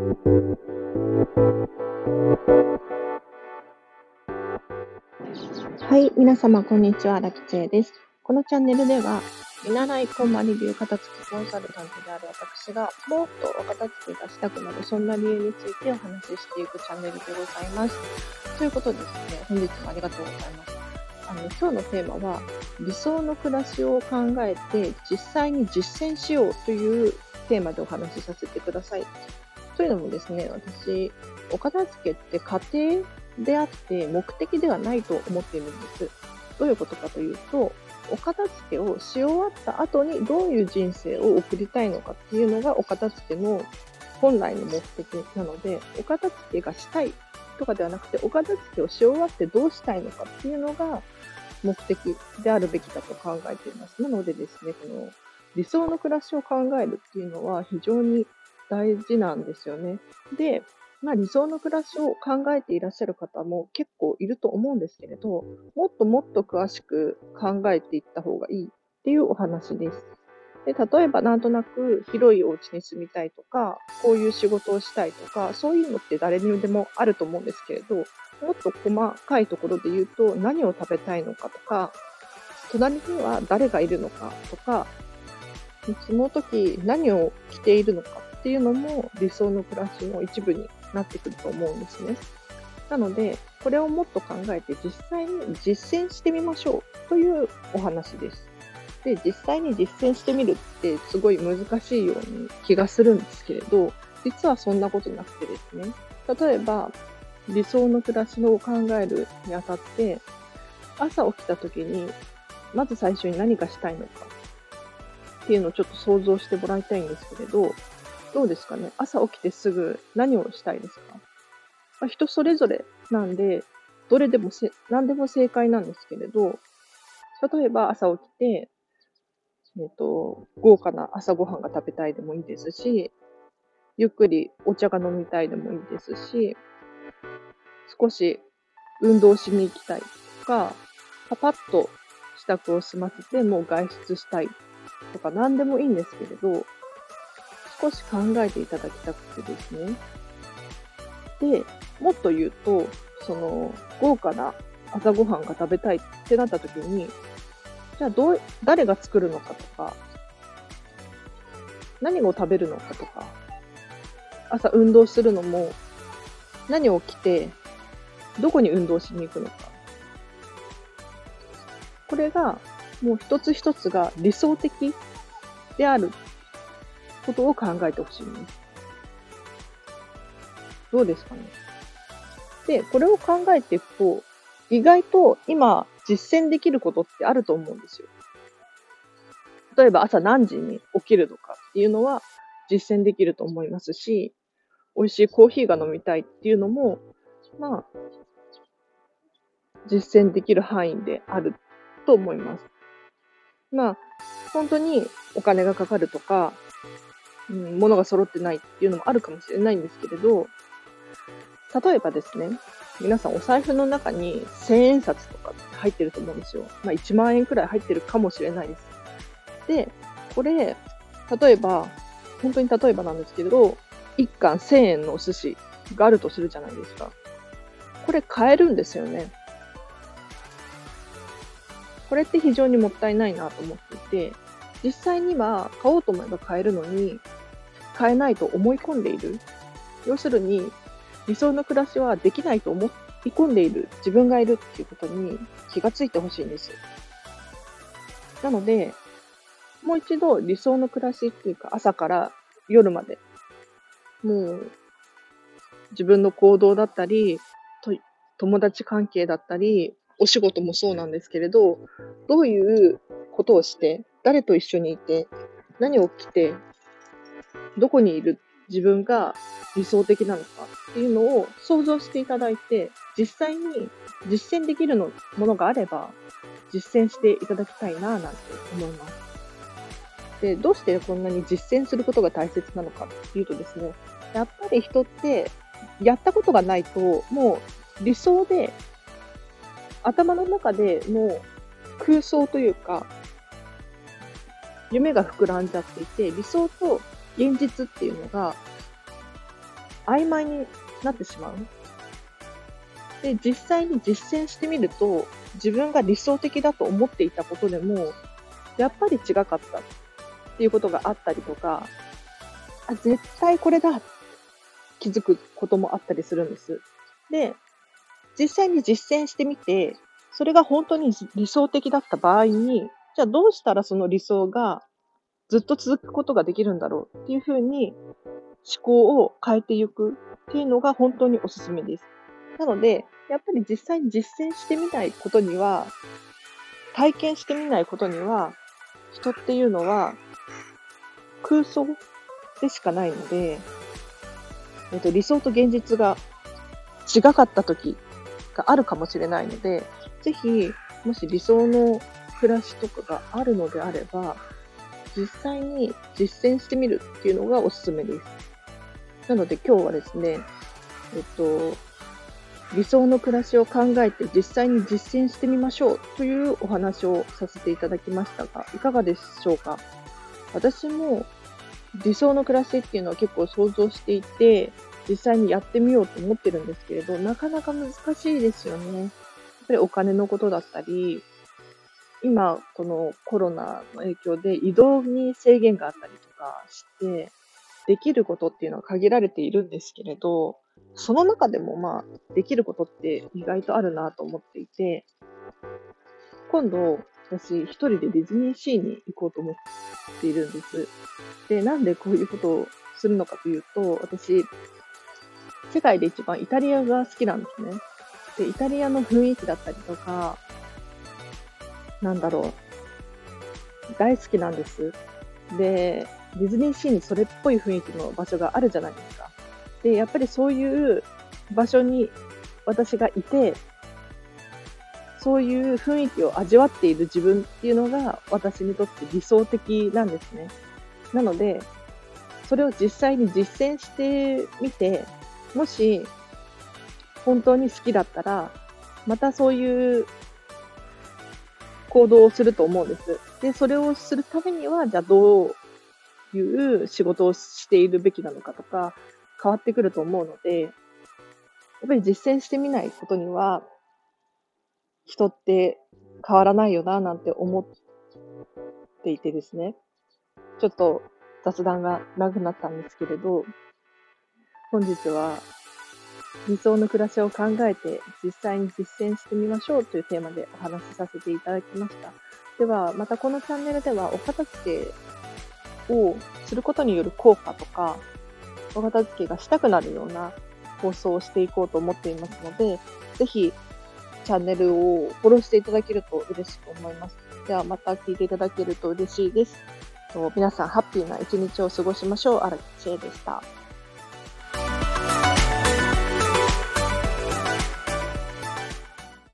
はい、皆様こんにちは、ラキチェです。このチャンネルでは、見習いこんまり流片付きコンサルタントである私が、もっとお片付けがしたくなる、そんな理由についてお話ししていくチャンネルでございます。ということでですね、本日もありがとうございます。今日のテーマは、理想の暮らしを考えて、実際に実践しようというテーマでお話しさせてください。というのもですね、私、お片付けって家庭であって目的ではないと思っているんです。どういうことかというと、お片付けをし終わった後にどういう人生を送りたいのかっていうのがお片付けの本来の目的なので、お片付けがしたいとかではなくて、お片付けをし終わってどうしたいのかっていうのが目的であるべきだと考えています。なのでですね、この理想の暮らしを考えるっていうのは非常に大事なんですよね。で、理想の暮らしを考えていらっしゃる方も結構いると思うんですけれど、もっともっと詳しく考えていった方がいいっていうお話です。で、例えばなんとなく広いお家に住みたいとか、こういう仕事をしたいとか、そういうのって誰にでもあると思うんですけれど、もっと細かいところで言うと、何を食べたいのかとか、隣には誰がいるのかとか、その時何を着ているのかっていうのも理想の暮らしの一部になってくると思うんですね。なので、これをもっと考えて実際に実践してみましょうというお話です。で、実際に実践してみるってすごい難しいように気がするんですけれど、実はそんなことなくてですね、例えば理想の暮らしを考えるにあたって、朝起きた時にまず最初に何がしたいのかっていうのをちょっと想像してもらいたいんですけれど、どうですかね。朝起きてすぐ何をしたいですか？人それぞれなんで、どれでも何でも正解なんですけれど、例えば朝起きて、豪華な朝ごはんが食べたいでもいいですし、ゆっくりお茶が飲みたいでもいいですし、少し運動しに行きたいとか、パパッと支度を済ませてもう外出したいとか何でもいいんですけれど、少し考えていただきたくてですね。で、もっと言うと、豪華な朝ごはんが食べたいってなった時に、じゃあ誰が作るのかとか、何を食べるのかとか、朝運動するのも、何を着て、どこに運動しに行くのか。これが、もう一つ一つが理想的であることを考えてほしいんです。どうですかね。で、これを考えていくと、意外と今実践できることってあると思うんですよ。例えば朝何時に起きるのかっていうのは実践できると思いますし、美味しいコーヒーが飲みたいっていうのも、まあ、実践できる範囲であると思います。本当にお金がかかるとか、物が揃ってないっていうのもあるかもしれないんですけれど、例えばですね、皆さんお財布の中に千円札とかって入ってると思うんですよ。1万円くらい入ってるかもしれないです。で、これ、例えば、本当に例えばなんですけれど、1貫1000円のお寿司があるとするじゃないですか。これ買えるんですよね。これって非常にもったいないなと思っていて、実際には買おうと思えば買えるのに、買えないと思い込んでいる。要するに、理想の暮らしはできないと思い込んでいる自分がいるっていうことに気がついてほしいんです。なので、もう一度理想の暮らしっていうか、朝から夜まで、もう自分の行動だったり、と友達関係だったり、お仕事もそうなんですけれど、どういうことをして、誰と一緒にいて、何を着て、どこにいる自分が理想的なのかっていうのを想像していただいて、実際に実践できるものがあれば、実践していただきたいなぁなんて思います。で、どうしてこんなに実践することが大切なのかっていうとですね、やっぱり人ってやったことがないと、もう理想で、頭の中でもう空想というか、夢が膨らんじゃっていて、理想と現実っていうのが曖昧になってしまう。で、実際に実践してみると、自分が理想的だと思っていたことでも、やっぱり違かったっていうことがあったりとか、絶対これだ気づくこともあったりするんです。で、実際に実践してみて、それが本当に理想的だった場合に、じゃあどうしたらその理想がずっと続くことができるんだろうっていうふうに思考を変えていくっていうのが本当におすすめです。なので、やっぱり実際に実践してみないことには、体験してみないことには、人っていうのは空想でしかないので、理想と現実が違かった時があるかもしれないので、ぜひ、もし理想の暮らしとかがあるのであれば、実際に実践してみるっていうのがおすすめです。なので今日はですね、理想の暮らしを考えて実際に実践してみましょうというお話をさせていただきましたが、いかがでしょうか？私も理想の暮らしっていうのは結構想像していて、実際にやってみようと思ってるんですけれど、なかなか難しいですよね。やっぱりお金のことだったり、今、このコロナの影響で移動に制限があったりとかして、できることっていうのは限られているんですけれど、その中でもできることって意外とあるなと思っていて、今度、私一人でディズニーシーに行こうと思っているんです。で、なんでこういうことをするのかというと、私、世界で一番イタリアが好きなんですね。で、イタリアの雰囲気だったりとか、なんだろう、大好きなんです。で、ディズニーシーにそれっぽい雰囲気の場所があるじゃないですか。で、やっぱりそういう場所に私がいて、そういう雰囲気を味わっている自分っていうのが私にとって理想的なんですね。なので、それを実際に実践してみて、もし本当に好きだったら、またそういう行動をすると思うんです。で、それをするためには、じゃあどういう仕事をしているべきなのかとか、変わってくると思うので、やっぱり実践してみないことには、人って変わらないよななんて思っていてですね、ちょっと雑談が長くなったんですけれど、本日は理想の暮らしを考えて実際に実践してみましょうというテーマでお話しさせていただきました。では、またこのチャンネルではお片付けをすることによる効果とか、お片付けがしたくなるような放送をしていこうと思っていますので、ぜひチャンネルをフォローしていただけると嬉しく思います。ではまた聞いていただけると嬉しいです。皆さんハッピーな一日を過ごしましょう。荒木千恵でした。